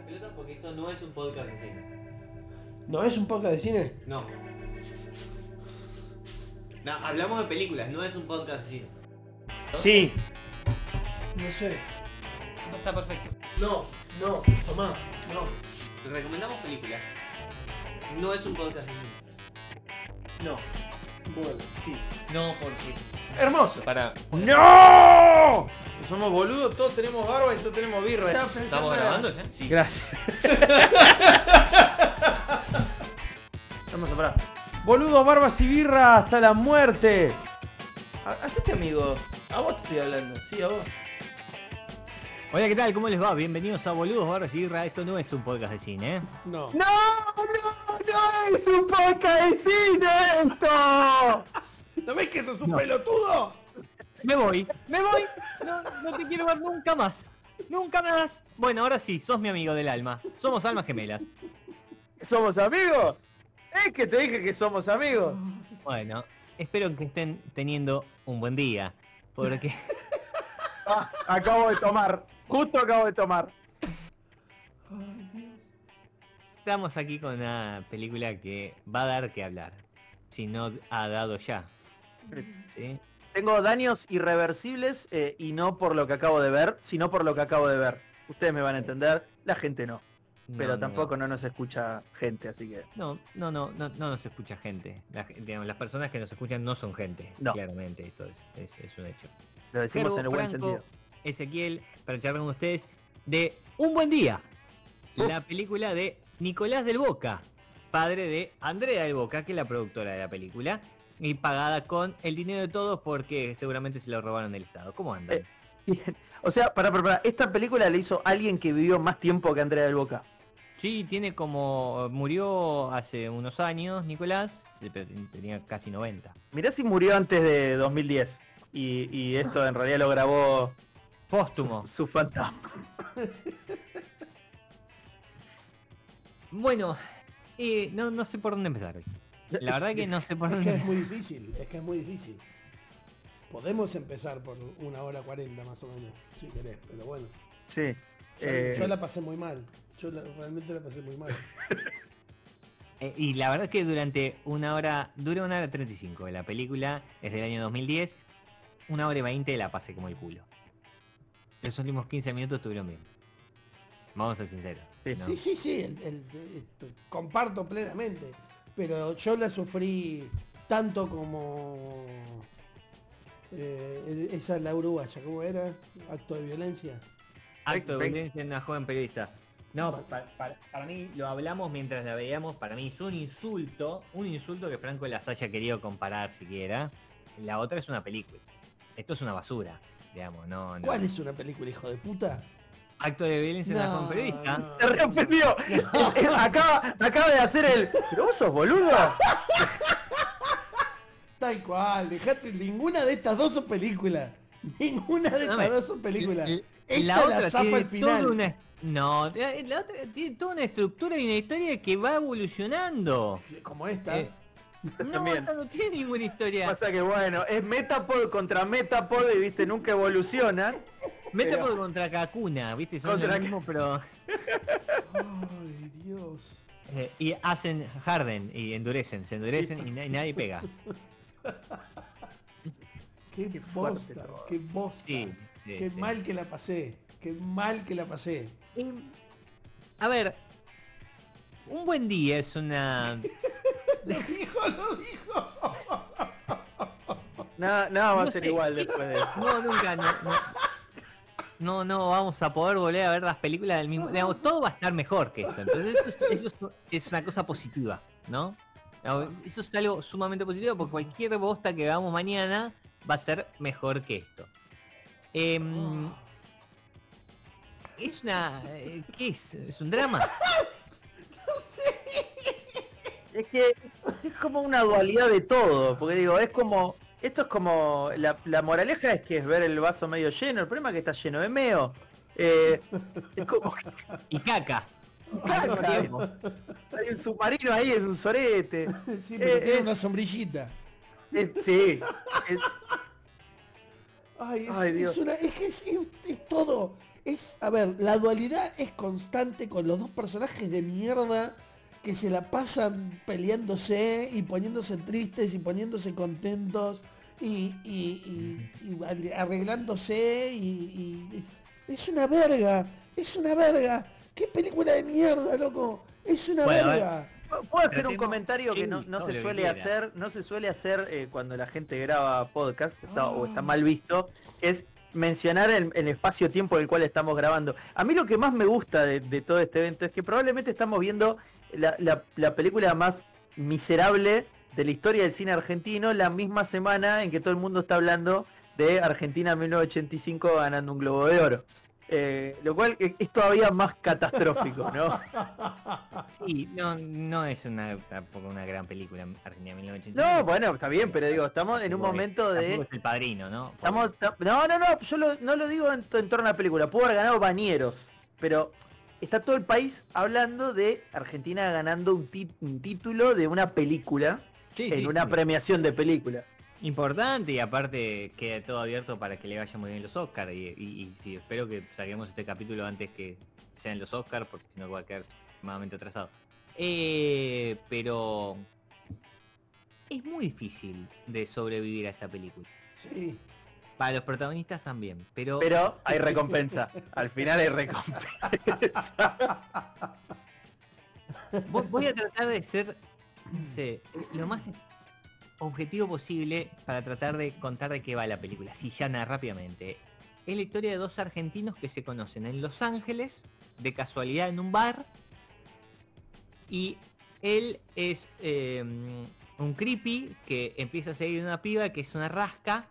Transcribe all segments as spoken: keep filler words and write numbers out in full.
pelotas porque esto no es un podcast de cine. ¿No es un podcast de cine? No. No, hablamos de películas, no es un podcast de cine. ¿No? Sí. No sé. Está perfecto. No, no, tomá, no. Recomendamos películas. No es un podcast de cine. No. Bueno, sí. No, porque... Hermoso. Para. ¡No! Somos boludos, todos tenemos barba y todos tenemos birra. ¿Estamos grabando ya? Sí. Gracias. Vamos a parar. Boludos, barbas y birra hasta la muerte. Ha- Hacete amigo. A vos te estoy hablando. Sí, a vos. Hola, ¿qué tal? ¿Cómo les va? Bienvenidos a Boludos, Barbas y Birra. Esto no es un podcast de cine, ¿eh? No. ¡No! ¡No! ¡No es un podcast de cine esto! ¿No ves que sos un No. pelotudo? Me voy, me voy. No, no te quiero ver nunca más. Nunca más. Bueno, ahora sí, sos mi amigo del alma. Somos almas gemelas. ¿Somos amigos? Es que te dije que somos amigos. Bueno, espero que estén teniendo un buen día. Porque... Ah, acabo de tomar. Justo acabo de tomar. Ay, Dios. Estamos aquí con una película que va a dar que hablar. Si no ha dado ya. ¿Sí? Tengo daños irreversibles eh, y no por lo que acabo de ver, sino por lo que acabo de ver. Ustedes me van a entender, la gente no. Pero No, no, tampoco no. nos escucha gente, así que... No, no, no, no, no nos escucha gente. La gen- digamos, las personas que nos escuchan no son gente. No. Claramente, esto es, es, es un hecho. Lo decimos Gerbo, en el buen Franco, sentido. Ezequiel, para charlar con ustedes de Un Buen Día. La película de Nicolás del Boca, padre de Andrea del Boca, que es la productora de la película. Y pagada con el dinero de todos porque seguramente se lo robaron del Estado. ¿Cómo andan? Eh. Bien. O sea, para, para, para, esta película la hizo alguien que vivió más tiempo que Andrea del Boca. Sí, tiene como... Murió hace unos años Nicolás, sí, pero tenía casi noventa. Mirá si murió antes de dos mil diez. Y, y esto en realidad lo grabó Póstumo. su fantasma. Bueno, eh, no, no sé por dónde empezar hoy. La verdad que no sé por Es dónde que es empezar. muy difícil, es que es muy difícil. Podemos empezar por una hora cuarenta más o menos, si querés, pero bueno. Sí. Yo, eh, yo la pasé muy mal. Yo la- realmente la pasé muy mal. Eh, y la verdad que durante una hora, dura una hora treinta y cinco. La película es del año dos mil diez. Una hora y veinte la pasé como el culo. Los últimos quince minutos estuvieron bien. Vamos a ser sinceros. Sí, ¿no? Sí, sí, sí, el- el- el- comparto plenamente. Pero yo la sufrí tanto como eh, esa la uruguaya, ¿cómo era? Acto de violencia. Acto de Ven- violencia en una joven periodista. No, pa- pa- para, mí, lo hablamos mientras la veíamos, para mí es un insulto, un insulto que Franco las haya querido comparar siquiera. La otra es una película. Esto es una basura, digamos, no, no. ¿Cuál es una película, hijo de puta? Acto de violencia en una No, joven periodista. no. Se reofendió. acaba, acaba de hacer el... ¿Pero vos sos boludo? Tal cual, dejate, ninguna de estas dos son películas. Ninguna de estas Dame. dos son películas. L- Esta la la, otra zafa tiene al final. toda una... No, la la otra tiene toda una estructura y una historia que va evolucionando. Como esta. Eh, No, También. esta no tiene ninguna historia. Pasa que bueno, es Metapod contra Metapod y viste, nunca evolucionan. Mete pero- por contra Kakuna, ¿viste? Son Contra lo mismo, pero... Ay, Dios. eh, y hacen harden y endurecen, se endurecen y, na- y nadie pega. Qué, Qué fuerte bosta, todo. qué bosta. Sí, sí, Qué sí. mal que la pasé. Qué mal que la pasé. Y, a ver, un buen día es una... Lo dijo, lo dijo. Nada, nada va a No ser sé. igual después de eso. No, nunca, no, no. No, no vamos a poder volver a ver las películas del mismo... Digamos, todo va a estar mejor que esto. Entonces eso, es- eso es, es una cosa positiva, ¿no? Digamos, eso es algo sumamente positivo porque cualquier bosta que veamos mañana va a ser mejor que esto. Em, es una... eh, ¿Qué es? ¿Es un drama? Es que es como una dualidad de todo, porque digo, es como, esto es como, la, la moraleja es que es ver el vaso medio lleno, el problema es que está lleno de meo. Eh, es como que Y caca. claro, hay, hay un submarino ahí en un sorete. Sí, pero Eh, tiene eh. una sombrillita. Eh, sí, es- Ay, es, Ay, es Dios. una, es, que es, es- es todo. es, a ver, la dualidad es constante con los dos personajes de mierda que se la pasan peleándose y poniéndose tristes y poniéndose contentos y, y, y, y arreglándose y, y es una verga, es una verga. ¿Qué película de mierda, loco? Es una Bueno, verga. ¿Puedo hacer un Tratemos- comentario que sí, no, no todo se lo que suele quiera. hacer, no se suele hacer eh, cuando la gente graba podcast, está, o Ah. está mal visto, es mencionar el, el espacio-tiempo en el cual estamos grabando. A mí lo que más me gusta de, de todo este evento es que probablemente estamos viendo la, la, la película más miserable de la historia del cine argentino la misma semana en que todo el mundo está hablando de Argentina mil novecientos ochenta y cinco ganando un Globo de Oro. Eh, lo cual es, es todavía más catastrófico, ¿no? Sí, no, no es una tampoco una gran película Argentina mil novecientos ochenta y No, cinco. bueno, está bien, pero digo, estamos en un Tampoco es- momento tampoco de... es El Padrino, ¿no? Estamos, ta- no, no, no, yo lo- no lo digo en, en torno a la película, pudo haber ganado Bañeros, pero está todo el país hablando de Argentina ganando un, ti- un título de una película Sí, en sí, una sí. premiación de película. Importante, y aparte queda todo abierto para que le vaya muy bien los Oscars y, y, y sí, espero que saquemos este capítulo antes que sean los Oscars porque si no va a quedar extremadamente atrasado. Eh, pero es muy difícil de sobrevivir a esta película. Sí. Para los protagonistas también, pero, Pero hay recompensa, al final hay recompensa. voy, voy a tratar de ser, no sé, lo más objetivo posible para tratar de contar de qué va la película. Así ya nada, rápidamente. Es la historia de dos argentinos que se conocen en Los Ángeles, de casualidad en un bar, y él es eh, un creepy que empieza a seguir una piba que es una rasca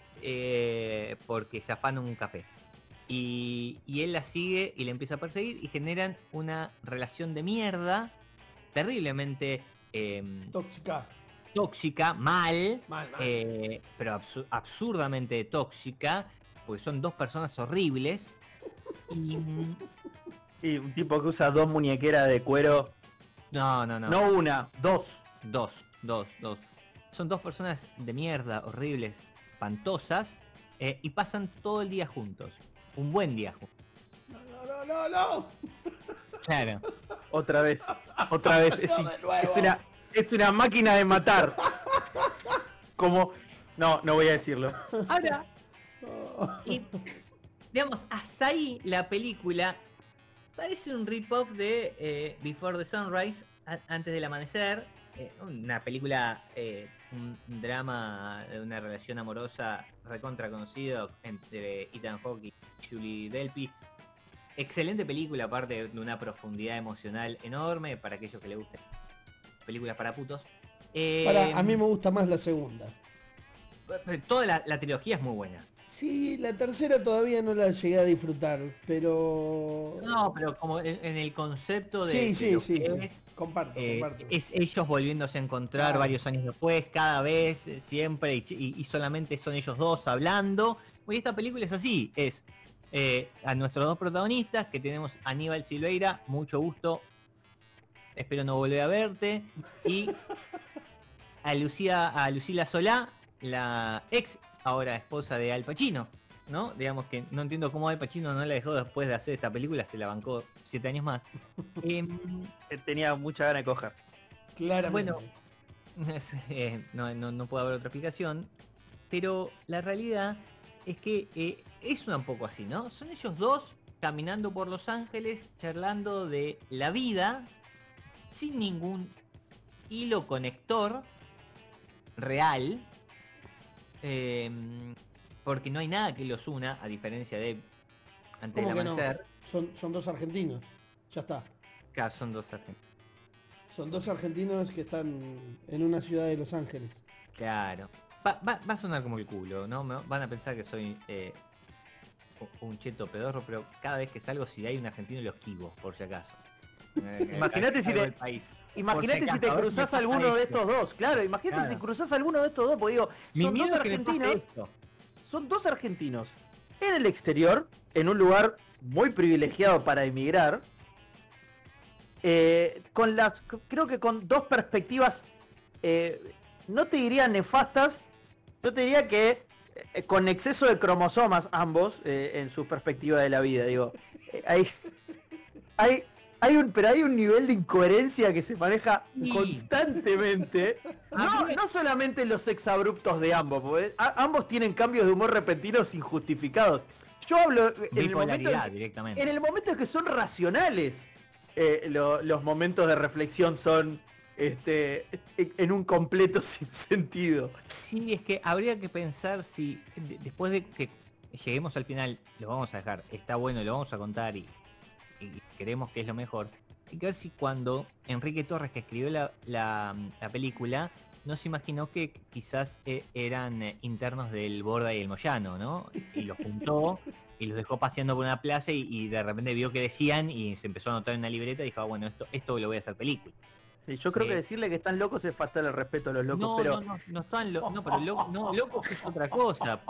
eh, porque se afana un café. Y, y él la sigue y le empieza a perseguir y generan una relación de mierda terriblemente eh, Tóxica. tóxica, mal, Mal, mal. eh, pero absu- absurdamente tóxica, porque son dos personas horribles. Y mm, Y un tipo que usa dos muñequeras de cuero, no, no, no, no una, dos. dos, dos, dos. Son dos personas de mierda, horribles, espantosas, eh, y pasan todo el día juntos. Un buen día juntos. No, no, no, no. Claro. Otra vez, otra vez. Es, No, de nuevo. es una, es una máquina de matar. Como... No, no voy a decirlo. Ahora, y, digamos, hasta ahí la película parece un rip-off de eh, Before the Sunrise, a- antes del amanecer, eh, una película, eh, un drama de una relación amorosa recontra conocido entre Ethan Hawke y Julie Delpy. Excelente película, aparte de una profundidad emocional enorme para aquellos que les gusten películas para putos. Eh, Para, a mí me gusta más la segunda. Toda la, la trilogía es muy buena. Sí, la tercera todavía no la llegué a disfrutar, pero... No, pero como en, en el concepto de, sí, de sí, lo sí, que sí. es, Comparto, eh, comparto. es ellos volviéndose a encontrar Claro. varios años después, cada vez, eh, siempre, y, y- y solamente son ellos dos hablando. Y esta película es así, es eh, a nuestros dos protagonistas, que tenemos a Aníbal Silveira, mucho gusto, espero no volver a verte, y a Lucía, a Lucila Solá, la ex, ahora esposa de Al Pacino, ¿no? Digamos que no entiendo cómo Al Pacino no la dejó después de hacer esta película, se la bancó siete años más. Em, Tenía mucha gana de coger. Claramente. bueno, eh, no, no, no puede haber otra explicación, pero la realidad es que eh, es un poco así, ¿no? Son ellos dos caminando por Los Ángeles, charlando de la vida, sin ningún hilo conector real, eh, porque no hay nada que los una, a diferencia de Antes ¿Cómo del que no? Amanecer. Son, son dos argentinos. Ya está. Acá son dos argentinos. Son dos argentinos que están en una ciudad de Los Ángeles. Claro. Va, va- va a sonar como el culo, ¿no? Me van a pensar que soy eh, u- un cheto pedorro, pero cada vez que salgo, si hay un argentino, lo esquivo, por si acaso. Eh, Imagínate si salgo te- del país. Imagínate Por si si te acaso, a ver cruzás si me alguno pasa de esto. estos dos, claro, imagínate Claro. si cruzás alguno de estos dos, porque digo, Mi son dos miedo es que me pase argentinos, esto. son dos argentinos en el exterior, en un lugar muy privilegiado para emigrar, eh, con las, creo que con dos perspectivas, eh, no te diría nefastas, yo te diría que eh, con exceso de cromosomas ambos eh, en su perspectiva de la vida, digo. Eh, hay, hay, hay un, pero hay un nivel de incoherencia que se maneja Sí. constantemente. No, no solamente en los exabruptos de ambos, porque a- ambos tienen cambios de humor repentinos injustificados. Yo hablo en el momento Bipolaridad en, directamente. en el momento en que son racionales. Eh, lo- los momentos de reflexión son este, en un completo sinsentido. Sí, es que habría que pensar si de- después de que lleguemos al final, lo vamos a dejar, está bueno, lo vamos a contar y, y creemos que es lo mejor. Hay que ver si cuando Enrique Torres, que escribió la, la- la película, no se imaginó que quizás eh, eran eh, internos del Borda y el Moyano, ¿no? Y los juntó y los dejó paseando por una plaza y, y de repente vio que decían y se empezó a anotar en una libreta y dijo, ah, bueno, esto, esto lo voy a hacer película. Sí, yo creo Eh, que decirle que están locos es faltar el respeto a los locos, no, pero no, no, no están lo- no, pero lo- no, locos es otra cosa.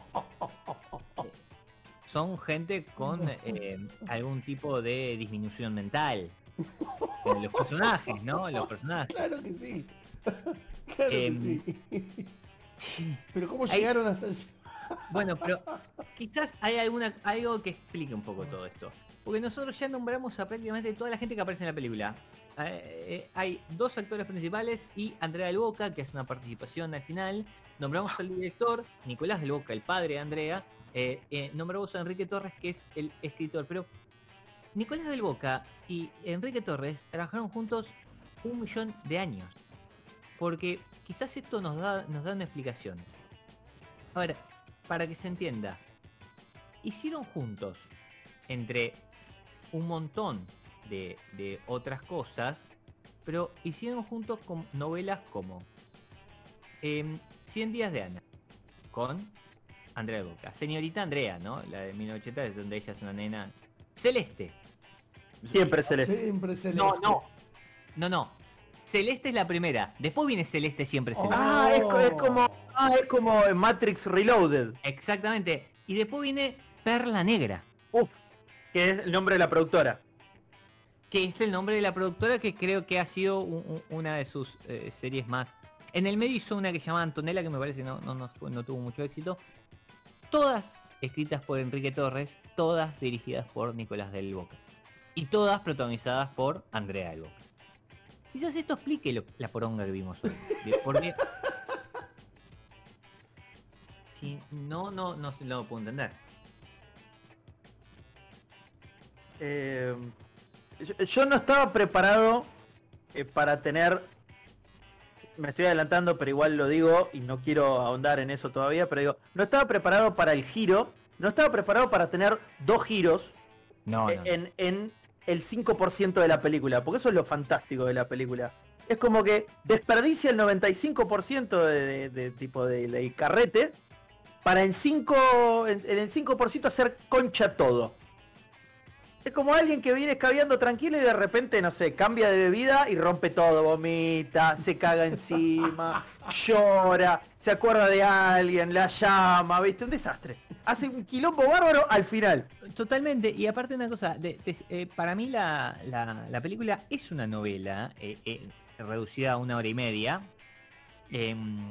Son gente con eh, algún tipo de disminución mental. Eh, Los personajes, ¿no? Los personajes. Claro que sí. Claro Em, que sí. Pero ¿cómo hay- llegaron hasta allí? Bueno, pero quizás hay alguna algo que explique un poco todo esto. Porque nosotros ya nombramos a prácticamente toda la gente que aparece en la película. Eh, eh, hay dos actores principales y Andrea del Boca, que hace una participación al final. Nombramos al director, Nicolás del Boca, el padre de Andrea. Eh, eh, nombramos a Enrique Torres, que es el escritor. Pero Nicolás del Boca y Enrique Torres trabajaron juntos un millón de años. Porque quizás esto nos da, nos da una explicación. A ver, para que se entienda, hicieron juntos entre un montón de, de otras cosas, pero hicieron juntos con novelas como em, cien días de Ana, con Andrea del Boca, Señorita Andrea, ¿no? La de mil novecientos ochenta, donde ella es una nena. Celeste. siempre celeste. Siempre celeste. No, no, no, no. Celeste es la primera, después viene Celeste siempre Celeste. Ah, es, co- es como ah, es como en Matrix Reloaded. Exactamente. Y después viene Perla Negra, Uf, que es el nombre de la productora. que es el nombre de la productora, que creo que ha sido un- un- una de sus eh, series más. En el medio hizo una que se llama Antonella, que me parece que no, no, no, fue- no tuvo mucho éxito. Todas escritas por Enrique Torres, todas dirigidas por Nicolás del Boca. Y todas protagonizadas por Andrea del Boca. Quizás esto explique lo- la poronga que vimos hoy. De- Porque si no, no, no se lo puedo entender. Eh, yo, yo no estaba preparado eh, para tener. Me estoy adelantando, pero igual lo digo y no quiero ahondar en eso todavía. Pero digo, no estaba preparado para el giro. No estaba preparado para tener dos giros No, eh, no. en, en el cinco por ciento de la película. Porque eso es lo fantástico de la película. Es como que desperdicia el noventa y cinco por ciento de, de- de tipo de, de carrete para en, cinco, en, en el cinco por ciento hacer concha todo. Es como alguien que viene escabeando tranquilo y de repente, no sé, cambia de bebida y rompe todo, vomita, se caga encima, llora, se acuerda de alguien, la llama, ¿viste? Un desastre. Hace un quilombo bárbaro al final. Totalmente, y aparte una cosa, de- de- eh, para mí la, la- la película es una novela eh, eh, reducida a una hora y media. em,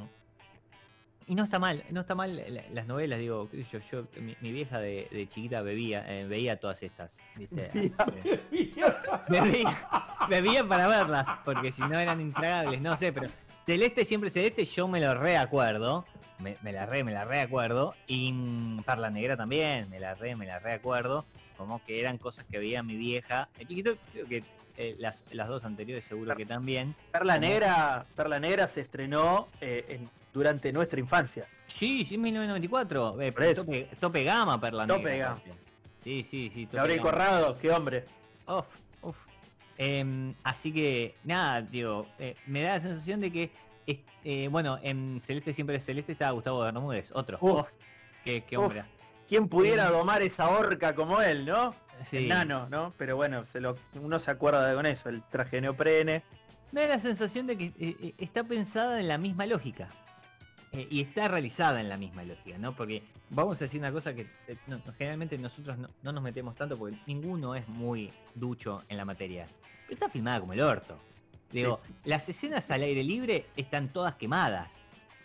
y no está mal, no está mal la- las novelas, digo, qué sé yo, yo mi, mi vieja de, de chiquita bebía, eh, veía todas estas, ¿viste? Eh, bebía, bebía para verlas, porque si no eran intragables, no sé, pero Celeste siempre Celeste, yo me lo reacuerdo, me, me la re, me la reacuerdo, y mm, Perla Negra también, me la re, me la reacuerdo, como que eran cosas que veía mi vieja, de chiquito, creo que eh, las, las dos anteriores seguro que también. Perla Como- Negra, Perla Negra se estrenó eh, en- durante nuestra infancia. Sí, sí, mil novecientos noventa y cuatro, eh, Por eso. tope, tope gama Perla Tope Negra. gama. aparte. Sí, sí, sí. tope Gabriel gama. Corrado, qué hombre. Uf, uf. Em, así que, nada, digo, eh, me da la sensación de que, es- eh, bueno, en Celeste siempre es Celeste está Gustavo Bermúdez, otro. Uf. Uf, qué, qué Uf. hombre. ¿Quién pudiera domar esa horca como él, no? Sí. Enano, ¿no? Pero bueno, se lo, uno se acuerda de con eso, el traje de neoprene. Me da la sensación de que eh, eh, está pensada en la misma lógica. Eh, y está realizada en la misma lógica, ¿no? Porque vamos a decir una cosa que eh, no- no, generalmente nosotros no, no nos metemos tanto porque ninguno es muy ducho en la materia. Pero está filmada como el orto. Digo, las escenas al aire libre están todas quemadas.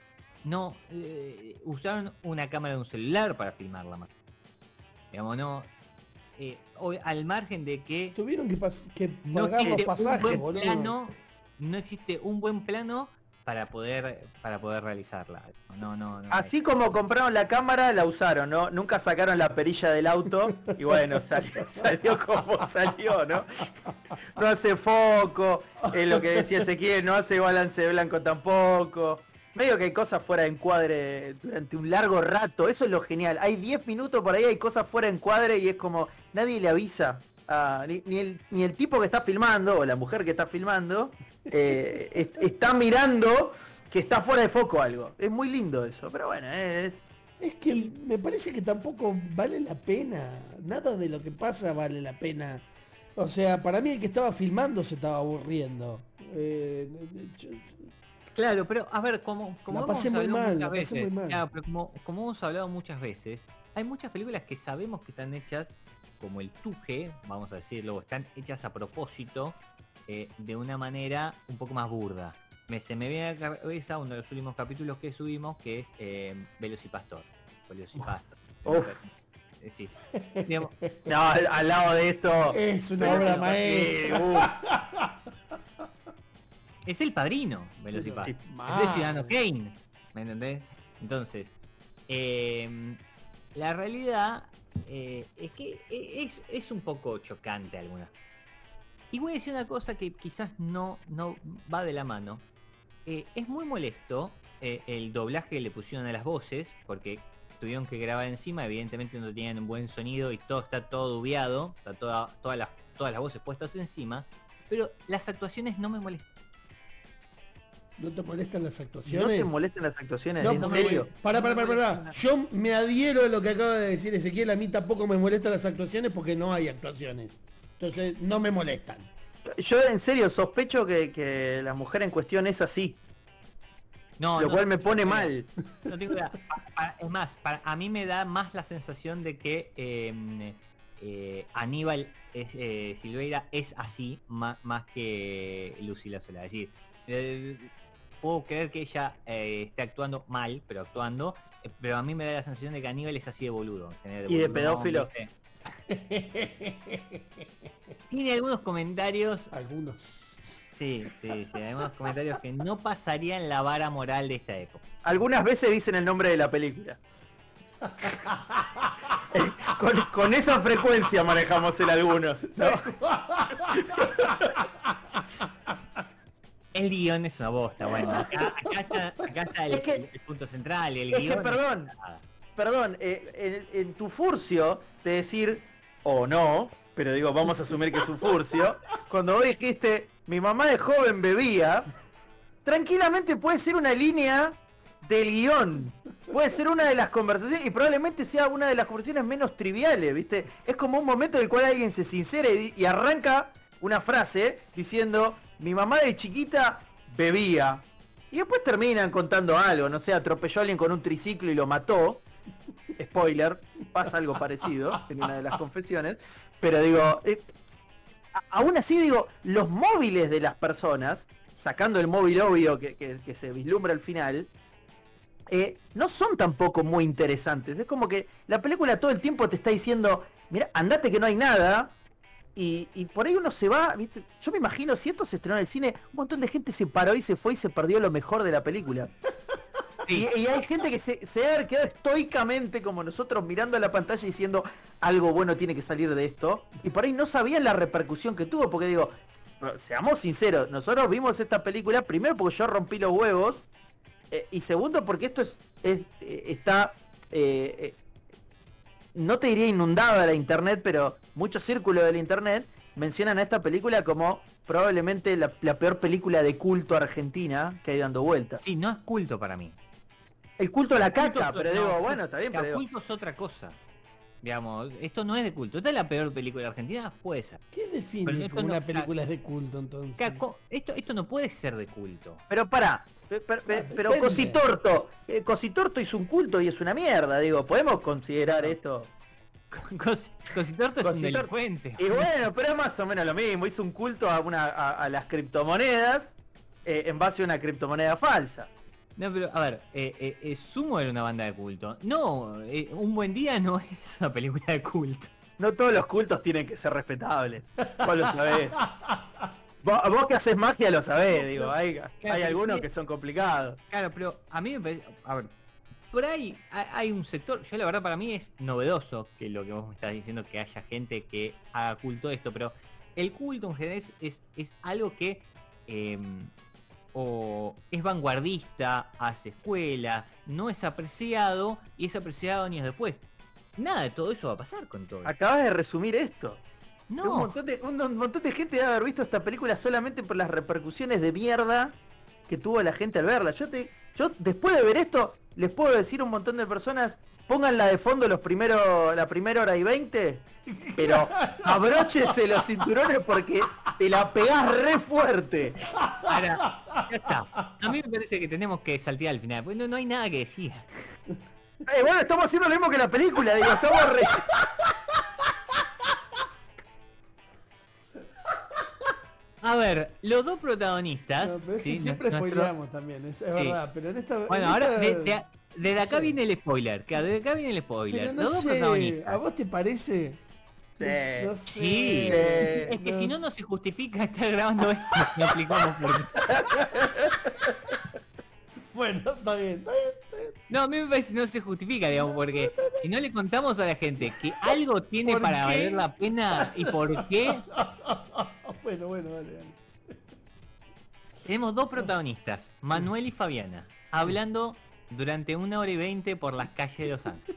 no eh, usaron una cámara de un celular para filmarla más. Digamos, no. Eh, hoy, al margen de que Tuvieron que, pas- que no pagar los existe un pasajes, buen boludo. plano, no existe un buen plano para poder para poder realizarla. No, no, no. Así como compraron la cámara, la usaron, ¿no? Nunca sacaron la perilla del auto y bueno, salió, salió como salió, ¿no? No hace foco, es lo que decía Ezequiel, no hace balance de blanco tampoco. Medio que hay cosas fuera de encuadre durante un largo rato, eso es lo genial. Hay diez minutos por ahí, hay cosas fuera de encuadre y es como nadie le avisa. a- ni, ni el, ni el tipo que está filmando o la mujer que está filmando eh, es- está mirando que está fuera de foco algo. Es muy lindo eso, pero bueno, es... Es que me parece que tampoco vale la pena. Nada de lo que pasa vale la pena. O sea, para mí el que estaba filmando se estaba aburriendo. Eh, yo- Claro, pero a ver, como, como La hemos pasé muy hablado mal, muchas la pasé veces, muy mal. claro, pero como, como hemos hablado muchas veces, hay muchas películas que sabemos que están hechas como el Tuje, vamos a decirlo, o están hechas a propósito eh, de una manera un poco más burda. Me, se me viene a la cabeza uno de los últimos capítulos que subimos, que es eh, Velocipastor. Velocipastor. Uf. Eh, sí. Digamos, No, al, al lado de esto... Es una Pero, obra eh, maestra. uf. es el padrino, Velocipastor. Sí. Es de Ciudadano Kane, ¿me entendés? Entonces, eh, la realidad eh, es que es, es un poco chocante alguna. Y voy a decir una cosa que quizás no, no va de la mano. Eh, es muy molesto eh, el doblaje que le pusieron a las voces, porque tuvieron que grabar encima, evidentemente no tenían un buen sonido y todo está todo dubiado, está toda, todas las, todas las voces puestas encima, pero las actuaciones no me molestan. ¿No te molestan las ¿No actuaciones? te molestan las actuaciones? No, ¿En porque- serio? Pará, pará, No me pará, pará. molesta Yo me adhiero a lo que acaba de decir Ezequiel. A mí tampoco me molestan las actuaciones porque no hay actuaciones. Entonces, no me molestan. Yo en serio sospecho que, que la mujer en cuestión es así, No, lo no, cual me pone no, mal. No tengo idea. Pa- pa- es más, para, a mí me da más la sensación de que eh, eh, Aníbal es, eh, Silveira es así, más, más que Lucila Sola. Es decir, eh, puedo creer que ella eh, esté actuando mal, pero actuando, eh, pero a mí me da la sensación de que Aníbal es así de boludo. Y de boludón, pedófilo. ¿viste? Tiene algunos comentarios, Algunos. sí, sí, sí, algunos comentarios que no pasarían la vara moral de esta época. Algunas veces dicen el nombre de la película. Eh, con, con esa frecuencia manejamos el algunos, ¿no? El guión es una bosta, bueno, acá, acá está, acá está el, Es que- el punto central, el es que, guión. no perdón. pasa nada. Perdón, eh, en, en tu furcio de decir, o no, pero digo, vamos a asumir que es un furcio, cuando vos dijiste, mi mamá de joven bebía, tranquilamente puede ser una línea del guión, puede ser una de las conversaciones, y probablemente sea una de las conversaciones menos triviales, ¿viste? Es como un momento en el cual alguien se sincera y, y arranca una frase diciendo, mi mamá de chiquita bebía. Y después terminan contando algo, no sé, atropelló a alguien con un triciclo y lo mató. Spoiler, pasa algo parecido en una de las confesiones. Pero digo, eh, a- aún así digo, los móviles de las personas, sacando el móvil obvio que, que- que se vislumbra al final, eh, no son tampoco muy interesantes. Es como que la película todo el tiempo te está diciendo, mira, andate que no hay nada. Y, y por ahí uno se va, ¿viste? Yo me imagino, si esto se estrenó en el cine, un montón de gente se paró y se fue y se perdió lo mejor de la película. Y, y hay gente que se, se ha quedado estoicamente como nosotros mirando la pantalla diciendo algo bueno tiene que salir de esto. Y por ahí no sabían la repercusión que tuvo, porque digo, seamos sinceros, nosotros vimos esta película primero porque yo rompí los huevos, eh, y segundo porque esto es, es- eh, está... eh, eh, no te diría inundada la internet, pero muchos círculos del internet mencionan a esta película como probablemente la, la peor película de culto argentina que hay dando vueltas. Sí, no es culto para mí. El culto a la Culto caca, es- pero no, digo, bueno, está bien, o sea, pero digo, culto es otra cosa. Digamos, esto no es de culto. ¿Esta es la peor película argentina? Puede ser. ¿Qué define Pero como esto no- una película es de culto entonces? Caco, esto, esto no puede ser de culto. pero pará, pe- pe- pe- Ah, pero depende. Cositorto, eh, Cositorto hizo un culto y es una mierda, digo, podemos considerar esto. Cos- Cositorto es un Cositorto. delincuente. Y bueno, pero es más o menos lo mismo, hizo un culto a una a, a las criptomonedas eh, en base a una criptomoneda falsa. No, pero a ver, eh, eh, eh, Sumo era una banda de culto. No, eh, Un Buen Día no es una película de culto. No todos los cultos tienen que ser respetables. Vos lo sabés. Vos, vos que haces magia lo sabés, digo. Hay, hay algunos que son complicados. Claro, pero a mí me parece... A ver, por ahí hay, hay un sector... Yo la verdad para mí es novedoso que lo que vos me estás diciendo, que haya gente que haga culto de esto, pero el culto en general es, es, es algo que... Eh, o es vanguardista, hace escuela, no es apreciado y es apreciado años después. Nada de todo eso va a pasar con todo. Acabas de resumir esto. No. Un montón, de, un, un montón de gente debe haber visto esta película solamente por las repercusiones de mierda que tuvo la gente al verla. Yo te, yo después de ver esto, les puedo decir a un montón de personas, pónganla de fondo los primeros, la primera hora y veinte, pero abróchese los cinturones porque te la pegás re fuerte. Ahora, ya está. A mí me parece que tenemos que saltear al final, porque no, no hay nada que decir. Eh, bueno, estamos haciendo lo mismo que la película, digo, estamos re... A ver, los dos protagonistas... No, pero es que ¿sí? siempre Nuestro- spoileamos también, es, es Sí. verdad, pero en esta... Bueno, en ahora esta- de- de- desde acá Sí. viene el spoiler. Claro, desde acá viene el spoiler. Pero no los dos sé, protagonistas. ¿a vos te parece? Sí. No sé. Sí, Eh, es que no si no, sé. no se justifica estar grabando esto. No explicamos por qué. Bueno, está bien, está bien, está bien. No, a mí me parece que no se justifica, digamos, porque si no le contamos a la gente que algo tiene ¿Por para qué? valer la pena y por qué, Bueno, bueno, dale, dale. tenemos dos protagonistas, Manuel y Fabiana, hablando durante una hora y veinte por las calles de Los Ángeles.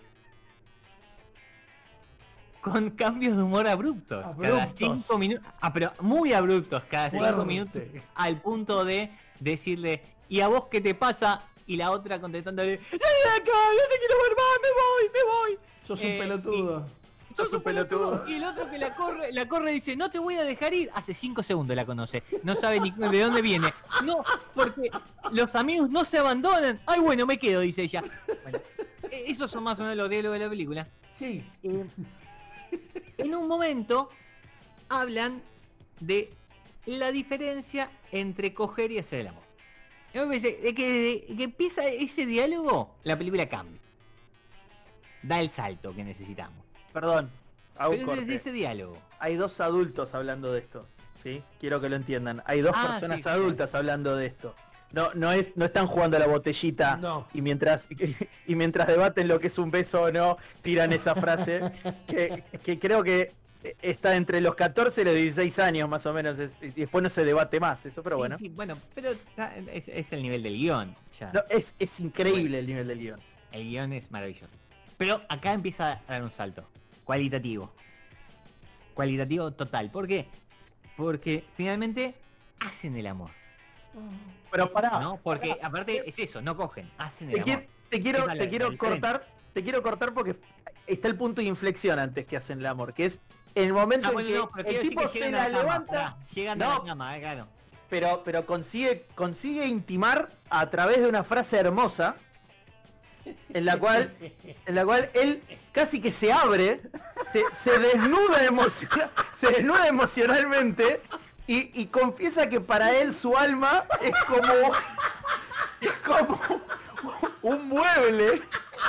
Con cambios de humor abruptos. Cada Abruptos. cinco minutos. Ah, pero muy abruptos, cada cinco Fuerte. minutos. Al punto de decirle, ¿y a vos qué te pasa? Y la otra contestándole, ¡salí de acá! ¡No te quiero ver más! ¡Me voy! ¡Me voy! Sos Eh, un pelotudo. ¡Sos un pelotudo! Y el otro que la corre, la corre y dice, no te voy a dejar ir. Hace cinco segundos la conoce. No sabe ni de dónde viene. No, porque los amigos no se abandonan. Ay, bueno, me quedo, dice ella. Bueno, eh, esos son más o menos los diálogos de la película. Sí. Eh, en un momento hablan de la diferencia entre coger y hacer el amor. Yo me parece de que desde que empieza ese diálogo, la película cambia. Da el salto que necesitamos. Perdón, hago un Pero es desde corte. ese diálogo. Hay dos adultos hablando de esto, ¿sí? Quiero que lo entiendan. Hay dos Ah, personas sí, sí. adultas hablando de esto. No, no es, no están jugando a la botellita No. y mientras y mientras debaten lo que es un beso o no, tiran esa frase que, que creo que está entre los catorce y los dieciséis años más o menos, es- y después no se debate más eso, pero Sí, bueno. sí, bueno, pero está- es, es el nivel del guión. Ya. No, es, es increíble el nivel del guión. El guión es maravilloso. Pero acá empieza a dar un salto. Cualitativo. Cualitativo total. ¿Por qué? Porque finalmente hacen el amor. Pero pará, ¿No? Porque aparte es eso, no cogen, hacen el te, amor. qui- te quiero, Esa es la- te quiero la diferencia. cortar, te quiero cortar porque está el punto de inflexión antes que hacen el amor, que es el momento Ah, en bueno, que no, pero el quiero decir tipo que se llegan la a la cama, levanta, pará, llegan No. a la cama, eh, claro. pero, pero consigue, consigue intimar a través de una frase hermosa en la cual, en la cual él casi que se abre, se, se desnuda emociona- se desnuda emocionalmente y, y confiesa que para él su alma es como es como un mueble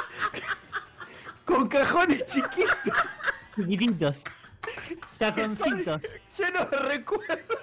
con cajones chiquitos Chiquititos. Cajoncitos. llenos de recuerdos.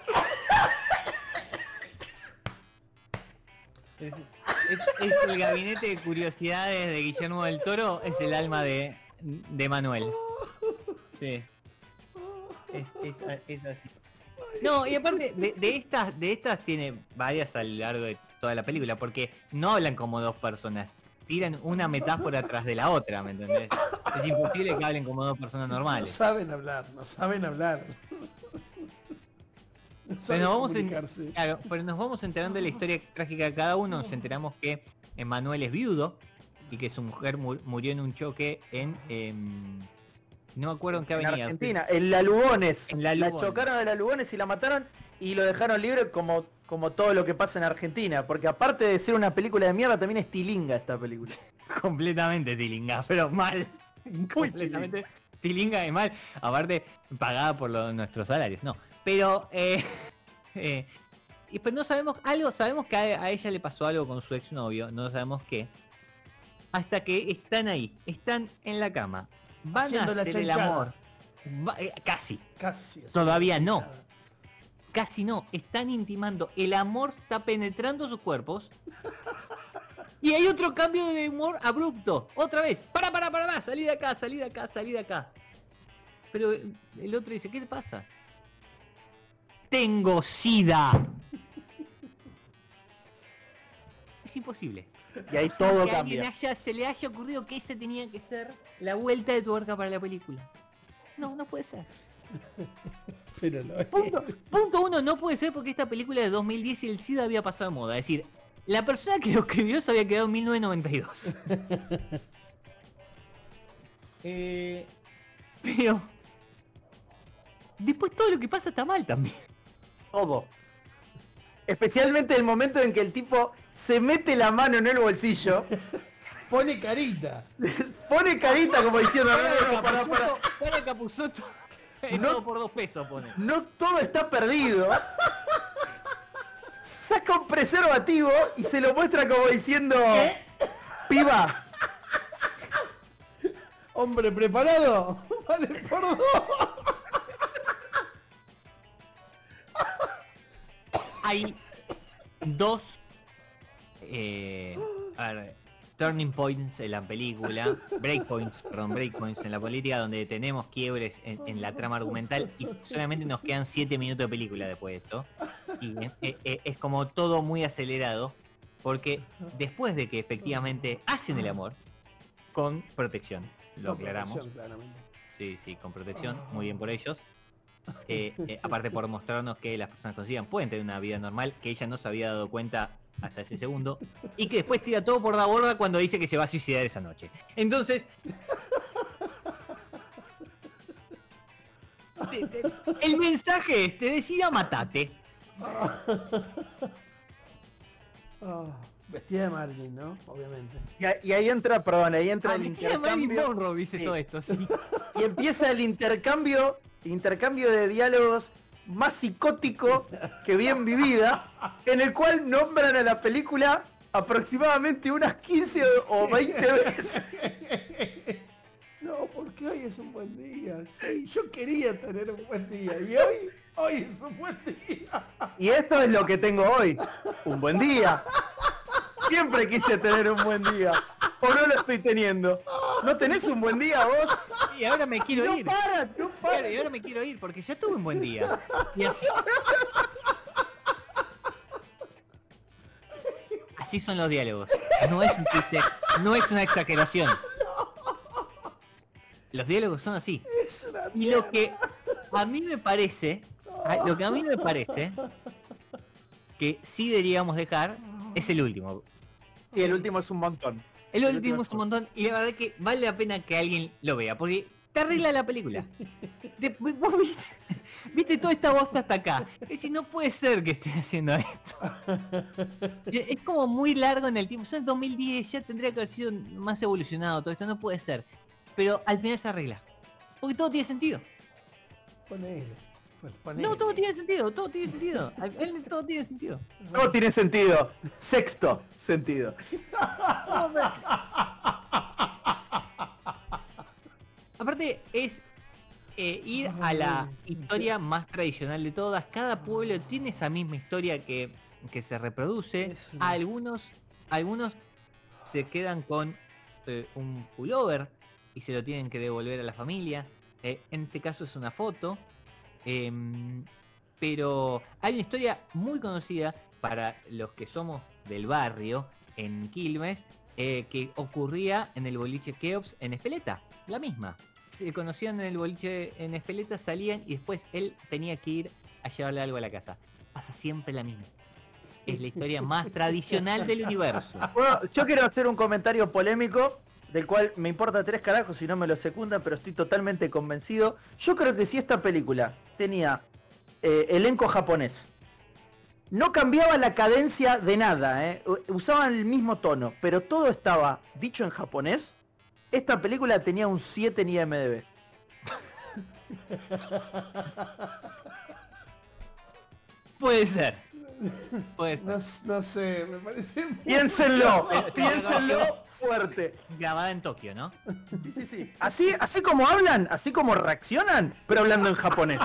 Es, es- es el gabinete de curiosidades de Guillermo del Toro, es el alma de, de Manuel. Sí. Es, es- es así. No, y aparte de, de estas, de estas tiene varias a lo largo de toda la película, porque no hablan como dos personas, tiran una metáfora tras de la otra, ¿me entendés? Es imposible que hablen como dos personas No normales. saben hablar, no saben hablar. No saben Pero vamos en- comunicarse. Claro, pero nos vamos enterando de la historia trágica de cada uno, nos enteramos que Manuel es viudo y que su mujer mu- murió en un choque en... em, no me acuerdo en qué En avenida. Argentina, en la Lugones. En La La Lugones. chocaron de la Lugones y la mataron y lo dejaron libre como, como todo lo que pasa en Argentina. Porque aparte de ser una película de mierda, también es tilinga esta película. Completamente tilinga, pero mal. Completamente tilinga y mal. Aparte, pagada por lo- nuestros salarios, no. Pero, eh, eh, y pero no sabemos algo, sabemos que a, a ella le pasó algo con su exnovio, no sabemos qué. Hasta que están ahí, están en la cama, van Haciendo a la hacer el chanchada. amor. Va- eh, casi, Casi. así, Todavía no. chanchada. casi no, están intimando, el amor está penetrando sus cuerpos. Y hay otro cambio de humor abrupto, otra vez, para, para, para, para, salí de acá, salí de acá, salí de acá. Pero el otro dice, ¿qué te pasa? Tengo sida. Es imposible. Y ahí todo que a alguien cambia. haya, se le haya ocurrido que esa tenía que ser la vuelta de tuerca para la película. No, no puede ser. Pero lo es. Punto, punto uno, no puede ser porque esta película de dos mil diez y el SIDA había pasado de moda. Es decir, la persona que lo escribió se había quedado en mil novecientos noventa y dos. eh, pero... Después todo lo que pasa está mal también. Todo. Especialmente el momento en que el tipo se mete la mano en el bolsillo, Pone carita. pone carita como diciendo, no, no, no, para, para. Para Capusotto. Es No. todo por dos pesos, pone. No todo está perdido. Saca un preservativo y se lo muestra como diciendo, piba, Hombre preparado. Vale por dos. Hay dos eh, a ver, turning points en la película, breakpoints, perdón, breakpoints en la política, donde tenemos quiebres en, en la trama argumental y solamente nos quedan siete minutos de película después de esto. Y eh, eh, es como todo muy acelerado, porque después de que efectivamente hacen el amor, con protección, lo Con aclaramos. protección, claramente. Sí, sí, con protección, muy bien por ellos. Eh, eh, aparte por mostrarnos que las personas consigan pueden tener una vida normal, que ella no se había dado cuenta hasta ese segundo, y que después tira todo por la borda cuando dice que se va a suicidar esa noche. Entonces, te- te- el mensaje es, te decía matate. Ah, vestida de Marilyn, ¿no? Obviamente. y, a- y ahí entra, perdón, ahí entra Ah, el me tira Marilyn intercambio Monroe, dice Sí. todo esto, sí. y empieza el intercambio, intercambio de diálogos más psicótico que bien vivida, en el cual nombran a la película aproximadamente unas quince o veinte veces. No, porque hoy es un buen día. Sí, yo quería tener un buen día. Y hoy, hoy es un buen día. Y esto es lo que tengo hoy, un buen día. Siempre quise tener un buen día, o no lo estoy teniendo. ¿No tenés un buen día vos? Y ahora me quiero No ir. para, no para. Claro, y ahora me quiero ir porque ya tuve un buen día. Y así... Así son los diálogos. No es un chiste, no es una exageración. Los diálogos son así. Es una Y mierda. lo que a mí me parece, a- lo que a mí me parece que sí deberíamos dejar es el último. Y el último es un montón. El El último último es un montón y la verdad que vale la pena que alguien lo vea porque te arregla la película. De- vos viste, viste toda esta bosta hasta acá. Es decir, no puede ser que esté haciendo esto. Y es como muy largo en el tiempo. Son dos mil diez, ya tendría que haber sido más evolucionado todo esto. No puede ser. Pero al final se arregla. Porque todo tiene sentido. Ponele. Pues ponele. No, todo tiene sentido, todo tiene sentido. Al final todo tiene sentido. Todo tiene sentido. Sexto sentido. Aparte es eh, ir a la historia más tradicional de todas. Cada pueblo tiene esa misma historia que, que se reproduce. Es una- Algunos, algunos se quedan con eh, un pullover y se lo tienen que devolver a la familia. Eh, en este caso es una foto. Em, pero hay una historia muy conocida para los que somos del barrio en Quilmes, eh, que ocurría en el boliche Keops en Espeleta, la misma. Se conocían en el boliche en Espeleta, salían y después él tenía que ir a llevarle algo a la casa. Pasa siempre la misma. Es la historia más tradicional del universo. Bueno, yo quiero hacer un comentario polémico, del cual me importa tres carajos si no me lo secundan, pero estoy totalmente convencido. Yo creo que si esta película tenía eh, elenco japonés, no cambiaba la cadencia de nada, eh, u- usaban el mismo tono, pero todo estaba dicho en japonés, esta película tenía un siete en I M D B. Puede ser. Puede ser. No, no sé, me parece muy... Piénsenlo, Pero- piénsenlo fuerte. Grabada en Tokio, ¿no? Sí, sí, sí. Así, así como hablan, así como reaccionan, pero hablando en japonés.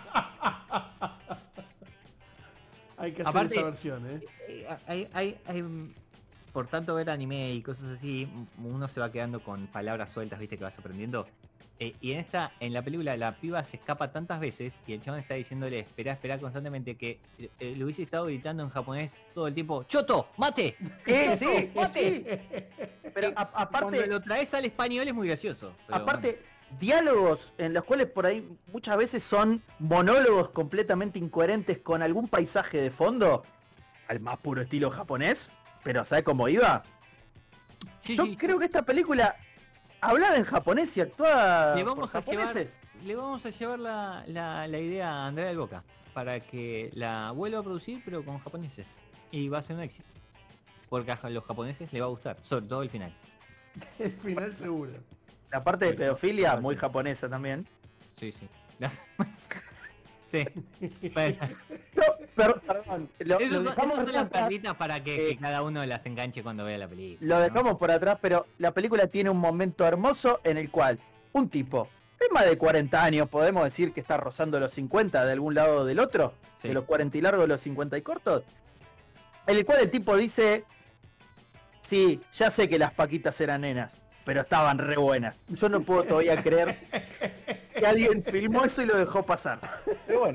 Hay que hacer Aparte- esa versión, ¿eh? Eh, Hay, hay, hay, mm, por tanto ver anime y cosas así, m- uno se va quedando con palabras sueltas, viste, que vas aprendiendo. Eh, y en esta, en la película, la piba se escapa tantas veces y el chabón está diciéndole, espera, espera constantemente, que eh, eh, le hubiese estado gritando en japonés todo el tiempo, ¡Choto! ¡Mate! Eh, sí, ¡Mate! sí. Pero a- Cuando aparte, lo traes al español es muy gracioso. pero aparte, diálogos en los cuales por ahí muchas veces son monólogos completamente incoherentes con algún paisaje de fondo, al más puro estilo japonés, pero ¿sabe cómo iba? bueno. Sí, Yo sí, creo que esta película hablaba en japonés y actuaba le por vamos a llevar, japoneses. le vamos a llevar la, la, la idea a Andrea del Boca para que la vuelva a producir pero con japoneses y va a ser un éxito porque a los japoneses le va a gustar, sobre todo el final. El final seguro. La parte de Sí, pedofilia, sí. muy japonesa también. Sí, sí. Sí, puede ser. No, per- perdón, lo, Eso- lo esas dejamos son las atrás, perlitas para que, Eh, que cada uno las enganche cuando vea la película. lo ¿no? dejamos por atrás, pero la película tiene un momento hermoso en el cual un tipo de más de cuarenta años, podemos decir que está rozando los cincuenta de algún lado o del otro, Sí. de los cuarenta y largos, los cincuenta y cortos, en el cual el tipo dice, sí, ya sé que las paquitas eran nenas, pero estaban re buenas. Yo no puedo todavía creer que alguien filmó eso y lo dejó pasar. Pero bueno,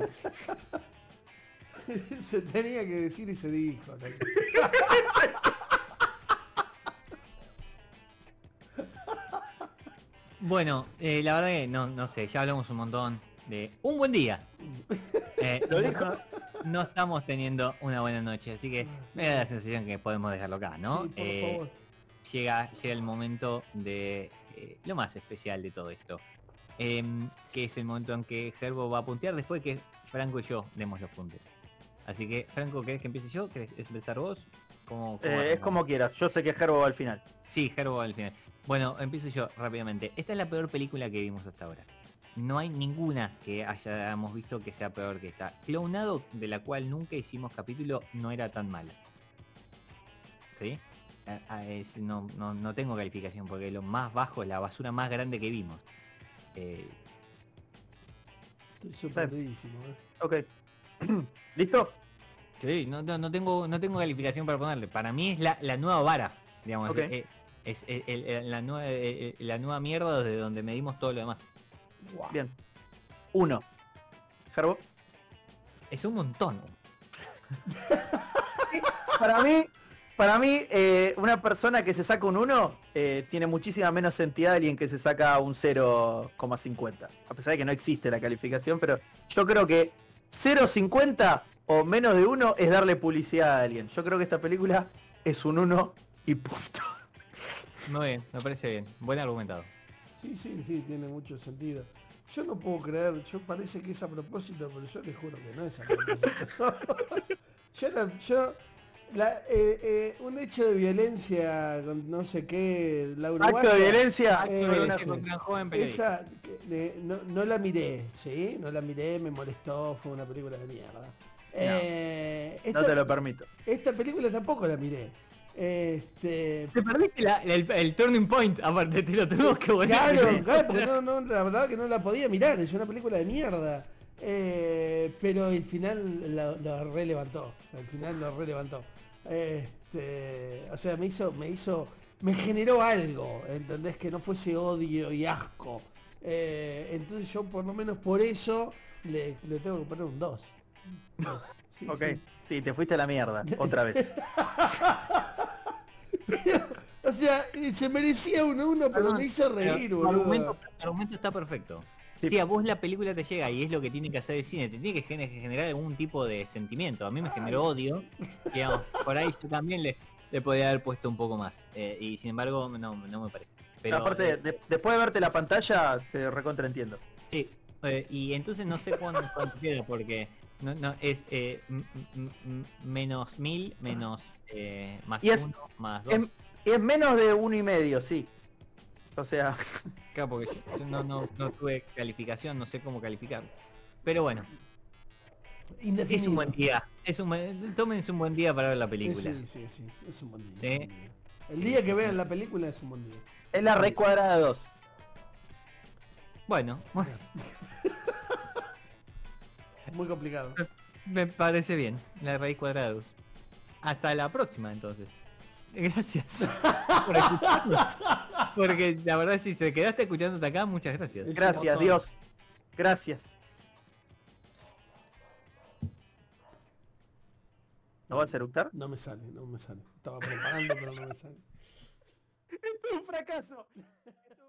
Se tenía que decir y se dijo. ¿no? Bueno, eh, la verdad que no, no sé, ya hablamos un montón de un buen día. Eh, Lo no, dijo. no estamos teniendo una buena noche, así que me da la sensación que podemos dejarlo acá, ¿no? Sí, por Eh, favor. llega, llega el momento de eh, lo más especial de todo esto. Em, que es el momento en que Gerbo va a puntear después que Franco y yo demos los puntos. Así que, Franco, ¿querés que empiece yo? ¿Querés empezar vos? ¿Cómo, cómo Eh, es arrancamos? como quieras, yo sé que Gerbo va al final. Sí, Gerbo al final. Bueno, empiezo yo rápidamente. Esta es la peor película que vimos hasta ahora. No hay ninguna que hayamos visto que sea peor que esta. Clonado, de la cual nunca hicimos capítulo, no era tan mala. ¿Sí? Ah, ah, es- no, no, no tengo calificación porque lo más bajo es la basura más grande que vimos. Eh, Estoy sorprendidísimo. ¿eh? Ok. ¿Listo? sí, no, no, no tengo, no tengo calificación para ponerle. Para mí es la, la nueva vara, digamos. Ok. eh, es el- el- el- la, nueva, eh, eh, la nueva mierda desde donde medimos todo lo demás. Guau. Bien. Uno. Gerbo. Es un montón. Para mí, para mí, eh, una persona que se saca un uno eh, tiene muchísima menos entidad de alguien que se saca un cero coma cincuenta. A pesar de que no existe la calificación, pero yo creo que cero coma cincuenta o menos de uno es darle publicidad a alguien. Yo creo que esta película es un uno y punto. Muy bien, me parece bien. Buen argumentado. Sí, sí, sí, tiene mucho sentido. Yo no puedo creer, yo parece que es a propósito, pero yo les juro que no es a propósito. yo, la- yo la- eh, eh, un hecho de violencia con no sé qué, la uruguaya. Acto de violencia. Eh, con una- sí. Contra un joven periodista. Esa que, eh, no, no la miré, ¿sí? No la miré, me molestó, fue una película de mierda. Eh, No esta, te lo permito. esta película tampoco la miré. Este, Te perdiste la- el, el turning point, aparte te lo tenemos que volver a Claro, ver. claro, porque no, no, la verdad que no la podía mirar, es una película de mierda. Eh, pero el final lo, lo relevantó, el final lo relevantó. Este, o sea, me hizo, me hizo, me generó algo, ¿entendés? Que no fuese odio y asco. Eh, entonces yo por lo menos por eso le, le tengo que poner un dos. Sí, Ok. sí. Sí, te fuiste a la mierda. Otra vez. O sea, eh, se merecía un uno, pero Perdón, me hizo reír, Pero tu boludo. argumento, tu argumento está perfecto. Sí. Si a vos la película te llega y es lo que tiene que hacer el cine, te tiene que gener- generar algún tipo de sentimiento. A mí me generó odio, digamos, por ahí yo también le, le podría haber puesto un poco más. Eh, y sin embargo, no, no me parece. Pero, Aparte, eh, de- después de verte la pantalla, te recontraentiendo. sí, eh, y entonces no sé cuánto, cuánto queda, porque no, no, es eh, m- m- m- menos mil, menos eh, más Y es- uno, más dos. Es, es menos de uno y medio, sí. O sea, Claro, porque yo, yo no, no, no tuve calificación, no sé cómo calificar. Pero bueno, indefinido. Es un buen día. Es un buen- tómense un buen día para ver la película. Sí, sí, sí, es un buen día. Sí. es un buen día. El día que vean la película es un buen día. Es la Red Cuadrada dos. Bueno, bueno, Muy complicado. me parece bien. La raíz cuadrada dos. Hasta la próxima entonces. Gracias por escucharnos. Porque la verdad si se quedaste escuchándote acá, muchas gracias. Es un Gracias, montón. Dios. Gracias. ¿No vas a eructar? No me sale, no me sale. Estaba preparando, pero no me sale. Es un fracaso.